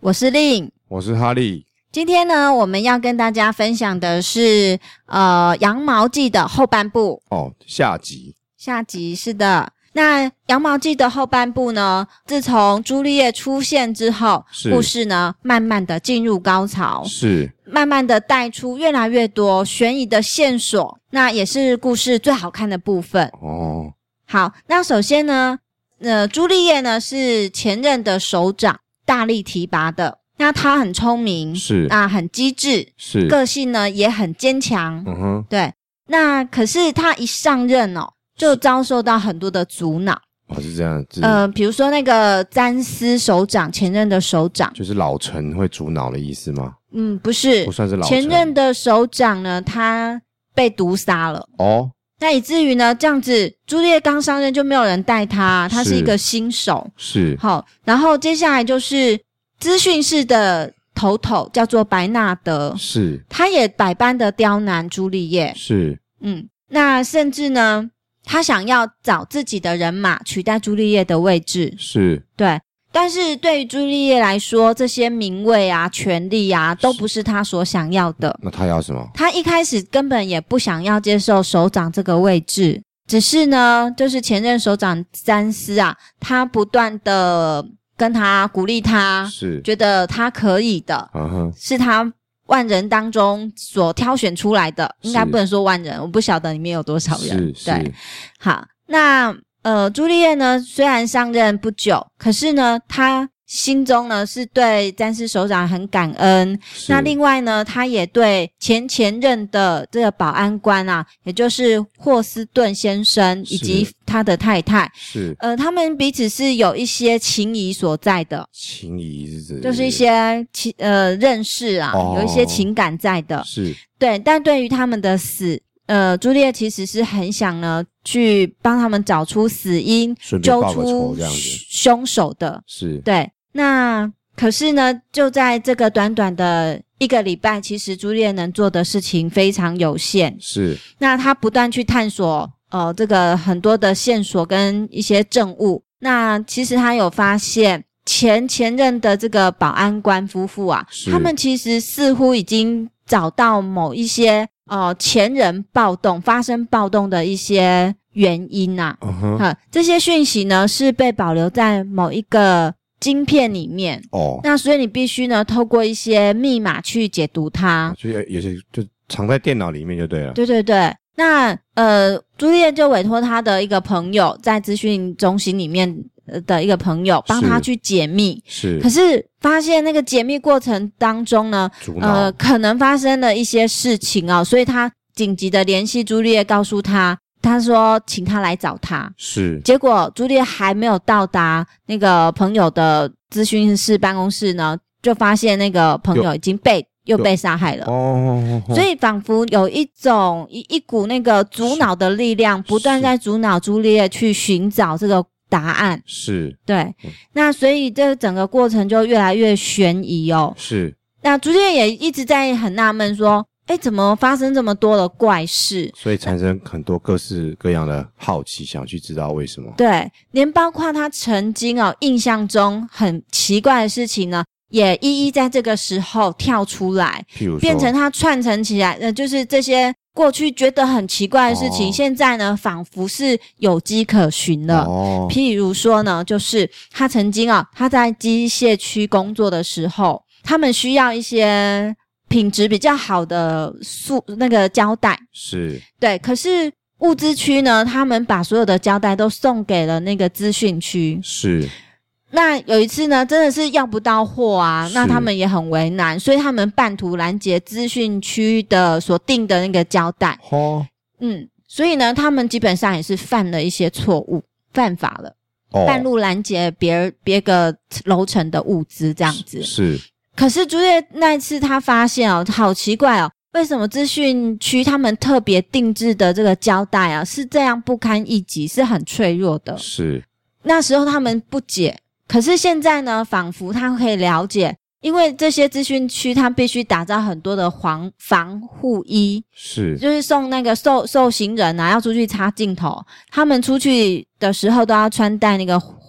我是令， 我是哈利。 今天呢，我们要跟大家分享的是羊毛记的后半部下集是的。那羊毛记的后半部呢，自从朱丽叶出现之后，故事呢慢慢的进入高潮， 是慢慢的带出越来越多悬疑的线索，那也是故事最好看的部分好，那首先呢朱丽叶呢是前任的首长大力提拔的，那他很聪明， 是很机智， 是个性呢也很坚强，对。那可是他一上任就遭受到很多的阻挠是这样子。 比如说那个詹斯首长，前任的首长， 就是老臣会阻挠的意思吗？ 不是， 不算是老臣。 前任的首长呢，他被毒杀了那以至于呢，这样子朱丽叶刚上任就没有人带他，他是一个新手， 是好。然后接下来就是资讯室的头头叫做白纳德， 是他也百般的刁难朱丽叶， 是那甚至呢他想要找自己的人马取代朱丽叶的位置， 是对。但是对于朱丽叶来说，这些名位权力都不是他所想要的。 那他要什么？ 他一开始根本也不想要接受首长这个位置，只是呢就是前任首长詹斯他不断的跟他鼓励他， 是觉得他可以的是他万人当中所挑选出来的，应该不能说万人，我不晓得里面有多少人。对，好，那朱丽叶呢虽然上任不久，可是呢他心中呢是对詹斯首长很感恩。那另外呢他也对前任的这个保安官也就是霍斯顿先生以及他的太太是他们彼此是有一些情谊所在的。 情谊是指就是一些认识有一些情感在的， 是对。但对于他们的死朱丽叶其实是很想呢去帮他们找出死因，揪出凶手的， 是对。那可是呢就在这个短短的1个礼拜，其实朱丽叶能做的事情非常有限， 是那他不断去探索这个很多的线索跟一些证物。那其实他有发现前任的这个保安官夫妇他们其实似乎已经找到某一些前人发生暴动的一些原因这些讯息呢是被保留在某一个晶片里面那所以你必须呢透过一些密码去解读它， 所以有些就藏在电脑里面就对了。 对对对。那朱丽叶就委托他的一个朋友，在资讯中心里面的一个朋友帮他去解密，是。可是发现那个解密过程当中呢可能发生了一些事情所以他紧急的联系朱丽叶，告诉他说请他来找他，是。结果朱丽叶还没有到达那个朋友的资讯室办公室呢，就发现那个朋友已经又被杀害了所以仿佛有一种一股那个阻挠的力量不断在阻挠朱丽叶去寻找这个答案，是。对那所以这整个过程就越来越悬疑是。那朱丽叶也一直在很纳闷说怎么发生这么多的怪事， 所以产生很多各式各样的好奇，想去知道为什么。 对，连包括他曾经印象中很奇怪的事情呢也一一在这个时候跳出来，譬如说变成他串成起来就是这些过去觉得很奇怪的事情现在呢仿佛是有迹可循了譬如说呢就是他曾经他在机械区工作的时候，他们需要一些品质比较好的那个胶带，是。对，可是物资区呢他们把所有的胶带都送给了那个资讯区，是。那有一次呢真的是要不到货那他们也很为难，所以他们半途拦截资讯区的所订的那个胶带所以呢他们基本上也是犯了一些错误，犯法了半路拦截别个楼层的物资这样子，是。可是朱丽叶那一次他发现好奇怪为什么资讯区他们特别定制的这个胶带是这样不堪一击，是很脆弱的，是。那时候他们不解，可是现在呢仿佛他可以了解，因为这些资讯区他必须打造很多的防护衣，是。就是送那个受刑人要出去插镜头，他们出去的时候都要穿戴那个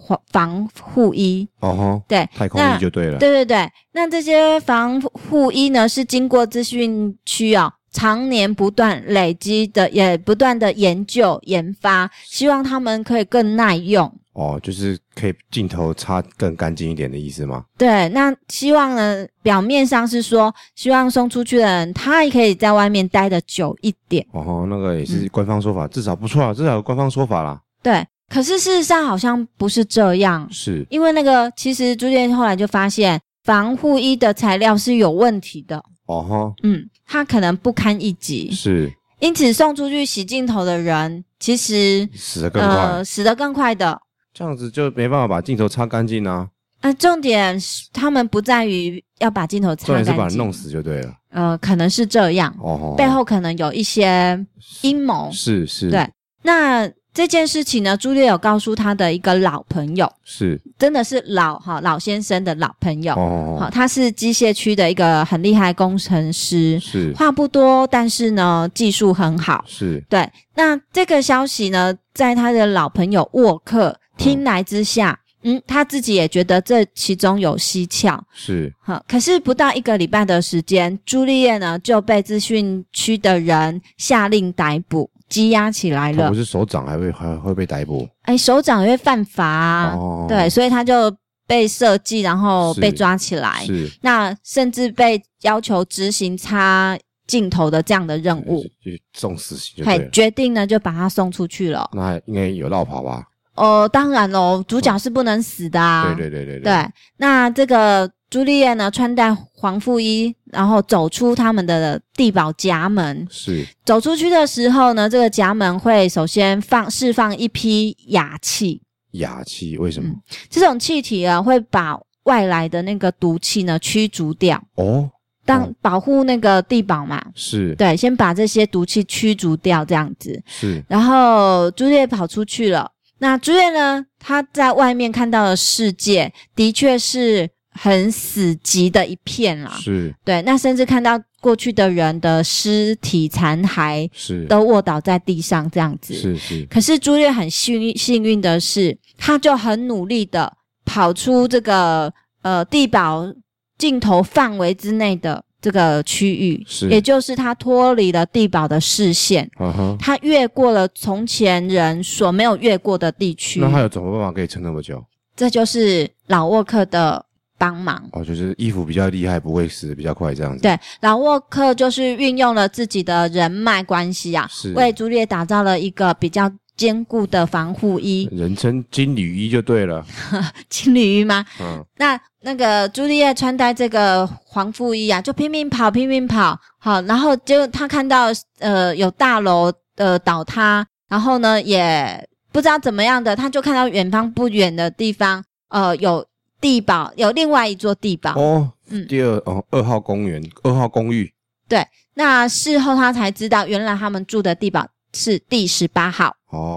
防护衣。对， 太空衣就对了。 对对对，那这些防护衣呢，是经过资讯区常年不断累积的，也不断的研究研发，希望他们可以更耐用。 就是可以镜头擦更干净一点的意思吗？ 对，那希望呢，表面上是说希望送出去的人他也可以在外面待得久一点。 那个也是官方说法，至少不错啊，至少有官方说法啦。 对，可是事实上好像不是这样。 是因为其实朱丽叶后来就发现防护衣的材料是有问题的。它可能不堪一击。 是， 因此送出去洗镜头的人其实死得更快的。 这样子就没办法把镜头擦干净啊。 重点他们不在于要把镜头擦干净， 重点是把人弄死就对了。 可能是这样。背后可能有一些阴谋。 是。 对，那这件事情呢，朱丽有告诉他的一个老朋友， 是真的是老先生的老朋友。他是机械区的一个很厉害工程师， 是话不多，但是呢技术很好。 是对，那这个消息呢，在他的老朋友沃克听来之下，他自己也觉得这其中有蹊跷。是，可是不到1个礼拜的时间，朱丽叶呢就被资讯区的人下令逮捕，羁押起来了。 他不是首长还会被逮捕？ 首长也会犯法啊。对，所以他就被设计，然后被抓起来。是，那甚至被要求执行擦镜头的这样的任务， 就送死刑就对了。 决定呢就把他送出去了。 那应该有绕跑吧？ 当然咯，主角是不能死的啊。 对， 那这个朱丽叶呢穿戴防护衣，然后走出他们的地堡闸门。是，走出去的时候呢，这个闸门会首先释放一批氩气。 氩气为什么？ 这种气体啊会把外来的那个毒气呢驱逐掉。保护那个地堡嘛。是，对，先把这些毒气驱逐掉这样子。是，然后朱丽叶跑出去了。那朱丽叶呢，她在外面看到的世界的确是很死寂的一片啦。是，对，那甚至看到过去的人的尸体残骸都卧倒在地上这样子。是。可是朱丽叶很幸运的是，她就很努力的跑出这个地堡镜头范围之内的这个区域，也就是他脱离了地堡的视线。他越过了从前人所没有越过的地区。 那他有什么办法可以撑那么久？ 这就是老沃克的帮忙。 就是衣服比较厉害，不会死得比较快这样子。 对，老沃克就是运用了自己的人脉关系啊，为朱丽叶打造了一个比较坚固的防护衣， 人称金缕衣就对了。 金缕衣吗？那个朱丽叶穿戴这个防护衣啊，就拼命跑，好，然后就他看到有大楼倒塌，然后呢也不知道怎么样的，他就看到远方不远的地方有地堡，有另外一座地堡。 第2号公园，2号公寓。 对，那事后他才知道，原来他们住的地堡是第18号。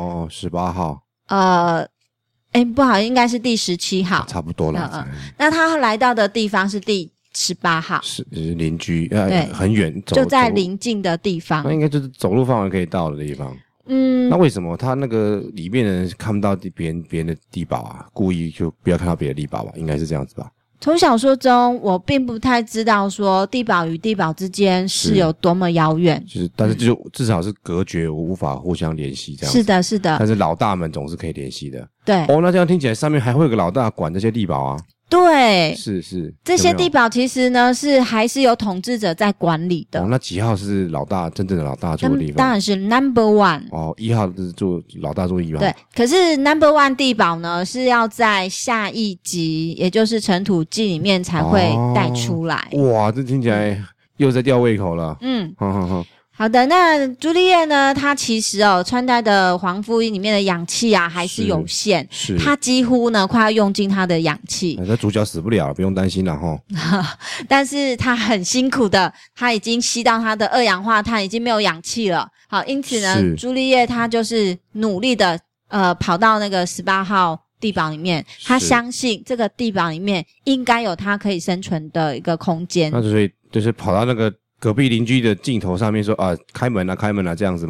18号。 不好，应该是第17号。 差不多了。 那他来到的地方是第18号。 是邻居。很远， 就在邻近的地方。 那应该就是走路范围可以到的地方。那为什么他那个里面的人看不到别人的地堡啊？故意就不要看到别的地堡吧？应该是这样子吧？ 从小说中，我并不太知道说地堡与地堡之间是有多么遥远， 但是就至少是隔绝，无法互相联系这样子。 是的。 但是老大们总是可以联系的。 对。 那这样听起来，上面还会有个老大管这些地堡啊？ 对， 是这些地堡其实呢还是有统治者在管理的。 那几号是真正的老大住的地方？ 当然是 1 1号是老大住1号。 对，可是 1 地堡呢是要在下一集，也就是尘土记里面才会带出来。 哇，这听起来又在吊胃口了。 好的，那朱丽叶呢？她其实穿戴的防护衣里面的氧气啊还是有限，她几乎呢快要用尽她的氧气。 那主角死不了，不用担心了齁。 但是她很辛苦的，她已经吸到她的2氧化碳，已经没有氧气了。好，因此呢，朱丽叶她就是努力的跑到那个18号地堡里面，她相信这个地堡里面应该有她可以生存的一个空间。 那所以就是跑到那个隔壁邻居的镜头上面说开门啊这样子吗？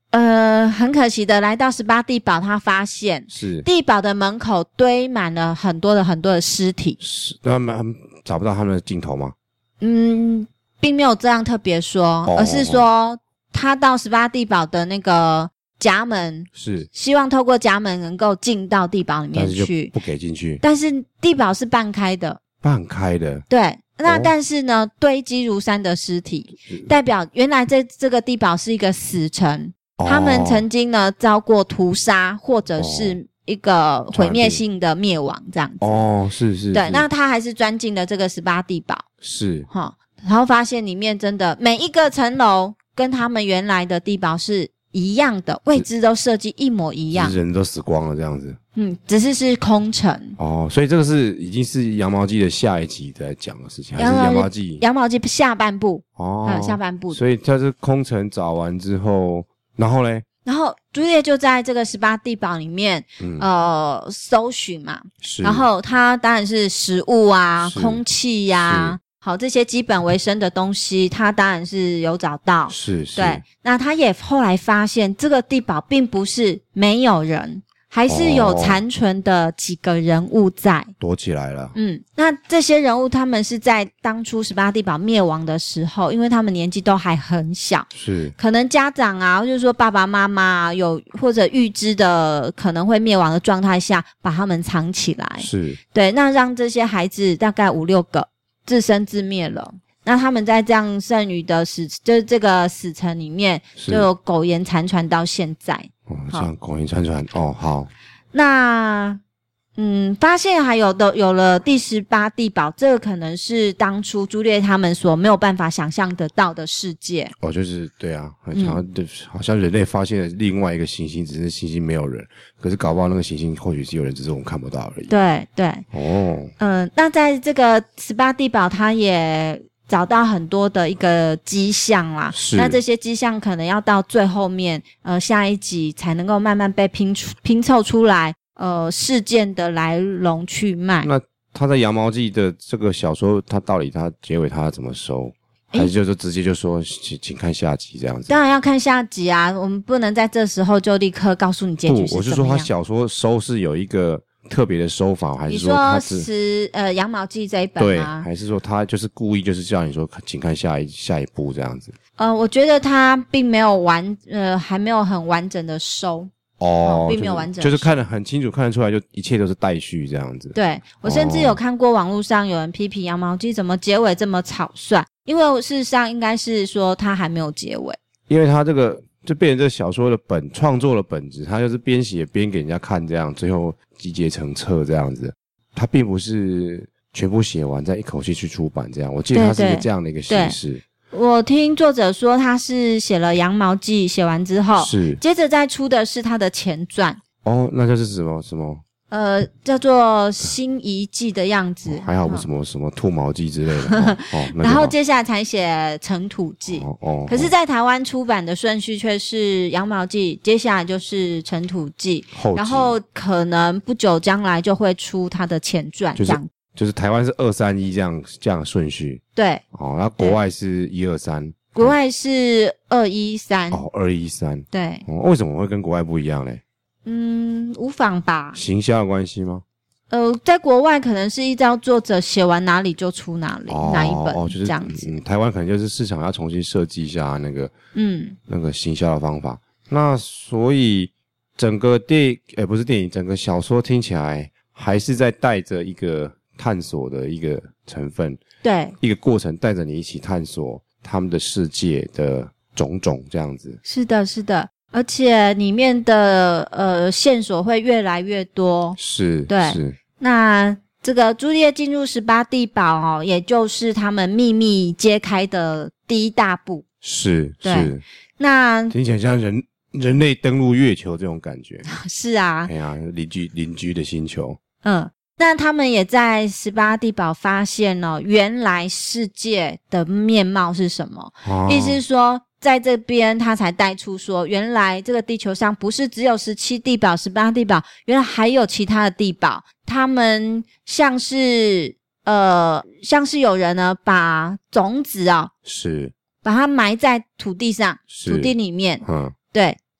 很可惜的，来到18地堡，他发现是地堡的门口堆满了很多的尸体。 是，他们找不到他们的尽头吗？ 并没有这样特别说，而是说他到18地堡的那个闸门， 是希望透过闸门能够进到地堡里面去， 但是就不给进去。 但是地堡是半开的，对。那但是呢，堆积如山的尸体，代表原来这个地堡是一个死城，他们曾经呢遭过屠杀，或者是一个毁灭性的灭亡这样子。 是。 对，那他还是钻进了这个18地堡， 是然后发现里面真的每一个层楼跟他们原来的地堡是一样的，位置都设计一模一样， 人都死光了这样子。 只是空城。 所以这个已经是羊毛记的下一集在讲的事情，还是羊毛记下半部下半部。 所以它是空城找完之后，然后嘞， 然后朱丽叶就在这个18地堡里面搜寻嘛，然后它当然是食物啊、空气啊，好，这些基本维生的东西他当然是有找到。 是对。那他也后来发现这个地堡并不是没有人，还是有残存的几个人物在躲起来了。 那这些人物他们是在当初18地堡灭亡的时候，因为他们年纪都还很小， 是可能家长啊，就是说爸爸妈妈有或者预知的可能会灭亡的状态下，把他们藏起来。 是对，那让这些孩子大概5-6个自生自灭了。那他们在这样剩余的就是这个死城里面，就有苟延残喘到现在。 这样苟延残喘。好。 那发现还有了第18地堡，这个可能是当初朱丽叶他们所没有办法想象得到的世界。 就是对啊，好像人类发现了另外一个行星，只是行星没有人，可是搞不好那个行星或许是有人，只是我们看不到而已。 对。那在这个18地堡，他也找到很多的一个迹象啦，那这些迹象可能要到最后面下一集才能够慢慢被拼凑出来事件的来龙去脉。 那他在羊毛记的这个小说，他到底他结尾他怎么收？还是就是直接就说请看下集这样子？ 当然要看下集啊，我们不能在这时候就立刻告诉你结局是怎么样。 我是说他小说收是有一个特别的收法，还是说他是羊毛记这一本吗？ 对，还是说他就是故意就是叫你说请看下一部这样子？ 我觉得他并没有还没有很完整的收。并没有完整就是看得很清楚，看得出来就一切都是待续这样子。 对，我甚至有看过网络上有人批评羊毛记怎么结尾这么草率，因为事实上应该是说他还没有结尾， 因为他这个就变成这小说的创作的本质，他就是边写边给人家看这样，最后集结成册这样子，他并不是全部写完再一口气去出版这样，我记得他是一个这样的一个形式。 我听作者说他是写了羊毛记，写完之后接着再出的是他的前传。 那就是什么叫做新遗记的样子， 还好不什么兔毛记之类的然后接下来才写尘土记。可是在台湾出版的顺序却是羊毛记，接下来就是尘土记，然后可能不久将来就会出他的前传这样。 就是台湾是231这样的顺序。 对。 那国外是123。 国外是213。 213。 对。 为什么会跟国外不一样嘞？ 无妨吧。 行销的关系吗？ 在国外可能是依照作者写完哪里就出哪里，哪一本就是这样子。 台湾可能就是市场要重新设计一下那个行销的方法。那所以整个不是电影，整个小说听起来还是在带着一个探索的一个成分， 对， 一个过程带着你一起探索他们的世界的种种这样子。 是的，而且里面的线索会越来越多。对。那这个朱丽叶进入18地堡也就是他们秘密揭开的第一大步。 是。 那听起来像人类登陆月球这种感觉。 是啊。 哎呀，邻居的星球。 那他们也在18地堡发现原来世界的面貌是什么。意思是说在这边他才带出说原来这个地球上不是只有17地堡18地堡，原来还有其他的地堡。他们像是有人呢把种子把它埋在土地上，土地里面。对，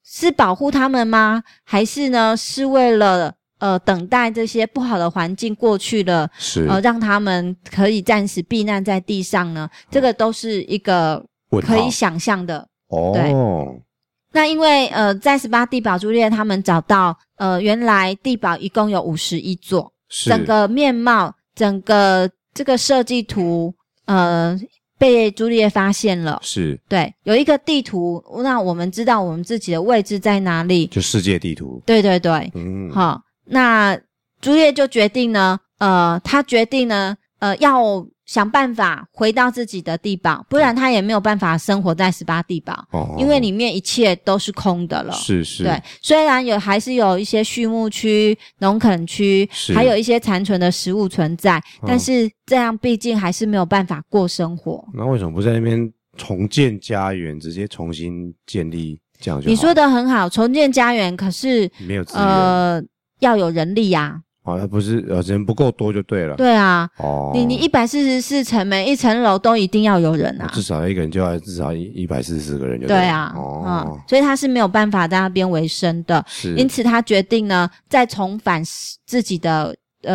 是保护他们吗？还是呢是为了等待这些不好的环境过去了，让他们可以暂时避难在地上呢？这个都是一个可以想象的。对。那因为在18地堡朱丽叶他们找到原来地堡一共有51座，整个面貌整个这个设计图被朱丽叶发现了。是。对，有一个地图，那我们知道我们自己的位置在哪里， 就世界地图。 对对对。好，那朱丽叶就决定呢他决定呢要想办法回到自己的地堡，不然他也没有办法生活在18地堡，因为里面一切都是空的了。是。对，虽然还是有一些畜牧区、农垦区，还有一些残存的食物存在，但是这样毕竟还是没有办法过生活。 那为什么不在那边重建家园，直接重新建立，这样就好？ 你说的很好，重建家园，可是没有资源， 要有人力啊。 不是人不够多就对了。 对啊。你144层，每一层楼都一定要有人啊。 至少一个人就要至少144个人就对啊。所以他是没有办法在那边为生的。因此他决定呢再重返自己的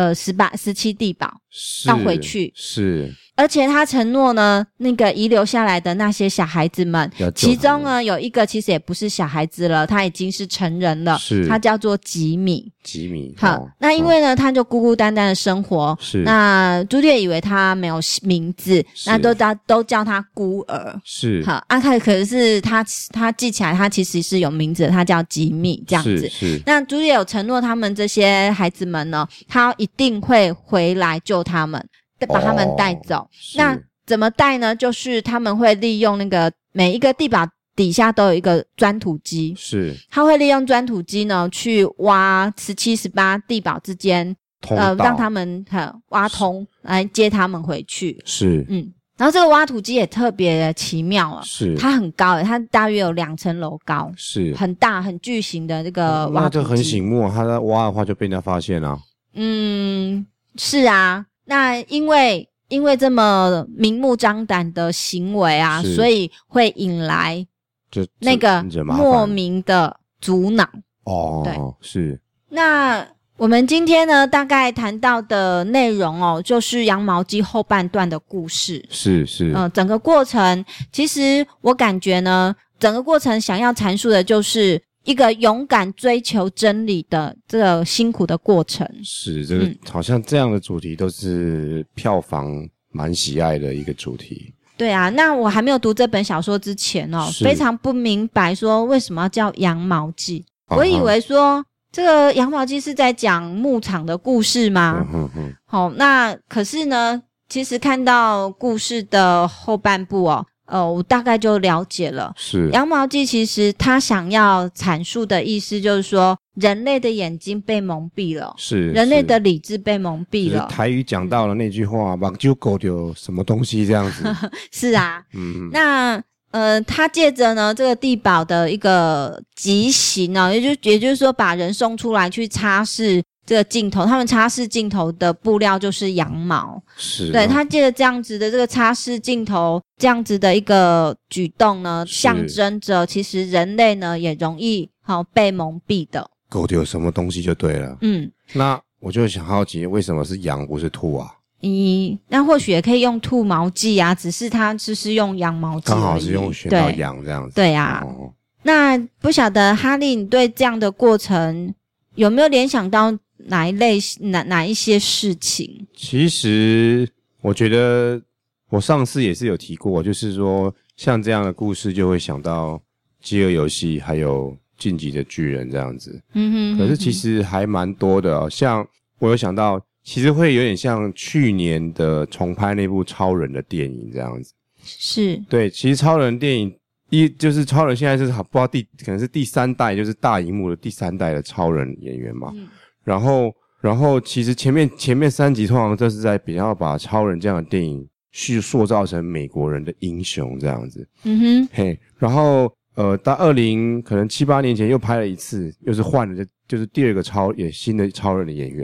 17地堡，要回去。是。而且他承诺呢，那个遗留下来的那些小孩子们，其中呢有一个其实也不是小孩子了，他已经是成人了，他叫做吉米。好，那因为呢他就孤孤单单的生活，那朱丽叶以为他没有名字，那都叫他孤儿。是。好，可是他记起来他其实是有名字的，他叫吉米这样子。是。那朱丽叶有承诺他们这些孩子们呢，他一定会回来救他们，把他们带走。那怎么带呢？就是他们会利用那个每一个地堡底下都有一个钻土机，是他会利用钻土机呢去挖17、18地堡之间让他们挖通来接他们回去。是。然后这个挖土机也特别奇妙是它很高它大约有2层楼高，是很大很巨型的这个挖土机。 那就很醒目，他在挖的话就被人家发现了。 是啊。那因为这么明目张胆的行为啊，所以会引来那个莫名的阻挠。对。是。那我们今天呢大概谈到的内容就是羊毛机后半段的故事。是。整个过程其实我感觉呢，整个过程想要阐述的就是一个勇敢追求真理的这个辛苦的过程。是。这个好像这样的主题都是票房蛮喜爱的一个主题。 对啊，那我还没有读这本小说之前非常不明白说为什么要叫羊毛记。我以为说这个羊毛记是在讲牧场的故事吗？那可是呢其实看到故事的后半部我大概就了解了。是。羊毛记其实他想要阐述的意思就是说人类的眼睛被蒙蔽了，是人类的理智被蒙蔽了。 台语讲到了那句话目睭狗丢什么东西这样子。 是啊。那他借着呢这个地堡的一个极刑也就是说把人送出来去擦拭这个镜头，他们擦拭镜头的布料就是羊毛。是。对，他借着这样子的这个擦拭镜头这样子的一个举动呢，象征着其实人类呢也容易被蒙蔽的。 狗丢什么东西就对了。那我就想好奇为什么是羊不是兔啊？ 那或许也可以用兔毛记啊，只是它就是用羊毛记而已， 刚好是用选到羊这样子。 对啊。那不晓得哈利你对这样的过程有没有联想到哪一些事情？ 其实我觉得我上次也是有提过，就是说像这样的故事就会想到饥饿游戏还有晋级的巨人这样子。可是其实还蛮多的像我有想到其实会有点像去年的重拍那部超人的电影这样子。是。对，其实超人电影就是超人现在是不知道可能是第3代，就是大荧幕的第3代的超人演员嘛。然后其实前面3集通常都是在比较把超人这样的电影去塑造成美国人的英雄这样子。然后到可能7、8年前又拍了一次，又是换了就是第2个新的超人的演员。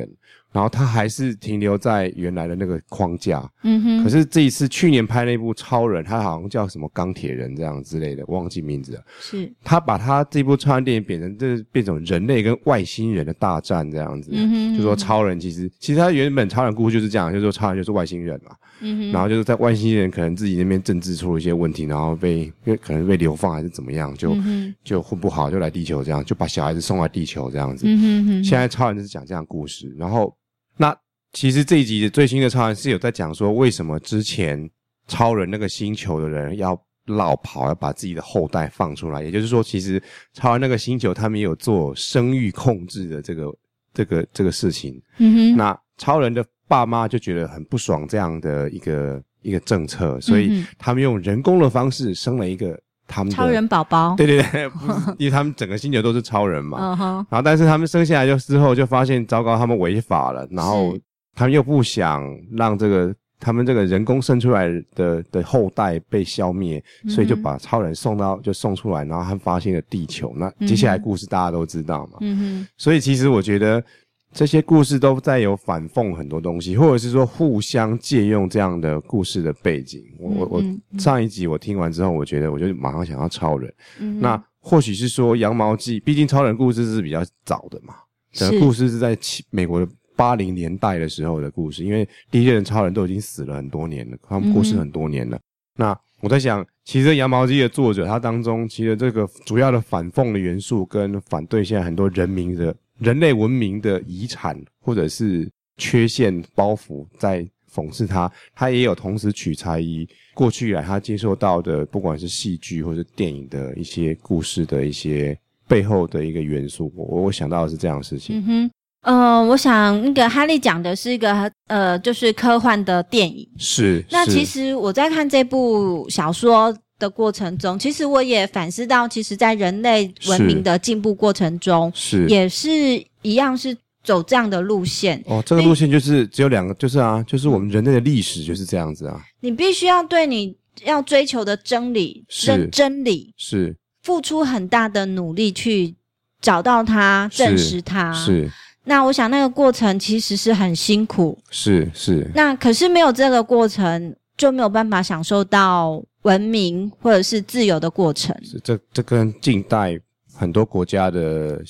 然后他还是停留在原来的那个框架。可是这一次去年拍那部超人，他好像叫什么钢铁人这样之类的，忘记名字了。 是他把他这部超人电影变成人类跟外星人的大战这样子。就说超人其实他原本超人故事就是这样，就是说超人就是外星人嘛。然后就是在外星人可能自己那边政治出了一些问题，然后可能被流放还是怎么样，就混不好就来地球这样，就把小孩子送来地球这样子。现在超人就是讲这样的故事。然后那其实这一集的最新的超人是有在讲说，为什么之前超人那个星球的人要落跑，要把自己的后代放出来。也就是说，其实超人那个星球他们也有做生育控制的这个事情。那超人的爸妈就觉得很不爽这样的一个政策，所以他们用人工的方式生了一个他们的超人宝宝。 对，因为他们整个星球都是超人嘛。然后但是他们生下来之后就发现糟糕，他们违法了，然后他们又不想让他们这个人工生出来的后代被消灭，所以就把超人送出来，然后他们发现了地球。那接下来故事大家都知道嘛。所以其实我觉得这些故事都在有反讽很多东西，或者是说互相借用这样的故事的背景。我上一集我听完之后，我觉得我就马上想到超人。那或许是说羊毛记，毕竟超人故事是比较早的嘛，整个故事是在美国的80年代的时候的故事，因为第一任超人都已经死了很多年了，他们过世很多年了。那我在想，其实羊毛记的作者他当中其实这个主要的反讽的元素跟反对现在很多人类文明的遗产或者是缺陷包袱，在讽刺他也有同时取材于过去以来他接受到的不管是戏剧或是电影的一些故事的一些背后的一个元素。我想到的是这样的事情。 我想那个哈利讲的是一个就是科幻的电影。是。那其实我在看这部小说的过程中，其实我也反思到，其实在人类文明的进步过程中，也是一样是走这样的路线。 这个路线就是只有两个，就是我们人类的历史就是这样子啊。 你必须要对你要追求的真理是付出很大的努力去找到它，证实它。是。那我想那个过程其实是很辛苦。是。那可是没有这个过程，就没有办法享受到文明或者是自由的过程。 这跟近代很多国家的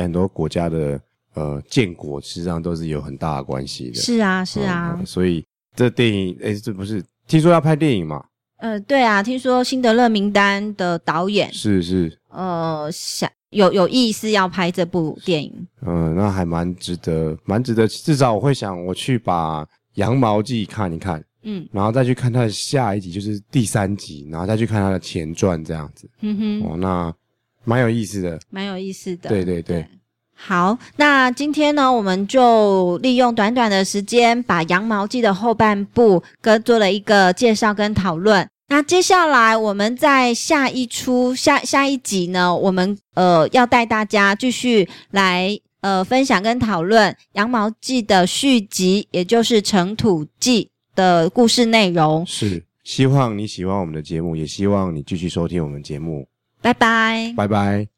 建国实际上都是有很大的关系的。是啊。所以这电影这不是听说要拍电影嘛？ 对啊，听说辛德勒名单的导演是有意思要拍这部电影。 那还蛮值得，至少我会想我去把羊毛记看一看。然后再去看他的下一集，就是第3集，然后再去看他的前传这样子。那蛮有意思的。对。 好，那今天呢，我们就利用短短的时间，把羊毛记的后半部做了一个介绍跟讨论。那接下来我们在下一集呢，我们要带大家继续来分享跟讨论羊毛记的续集，也就是尘土记的故事内容。 是，希望你喜欢我们的节目，也希望你继续收听我们的节目。 拜拜。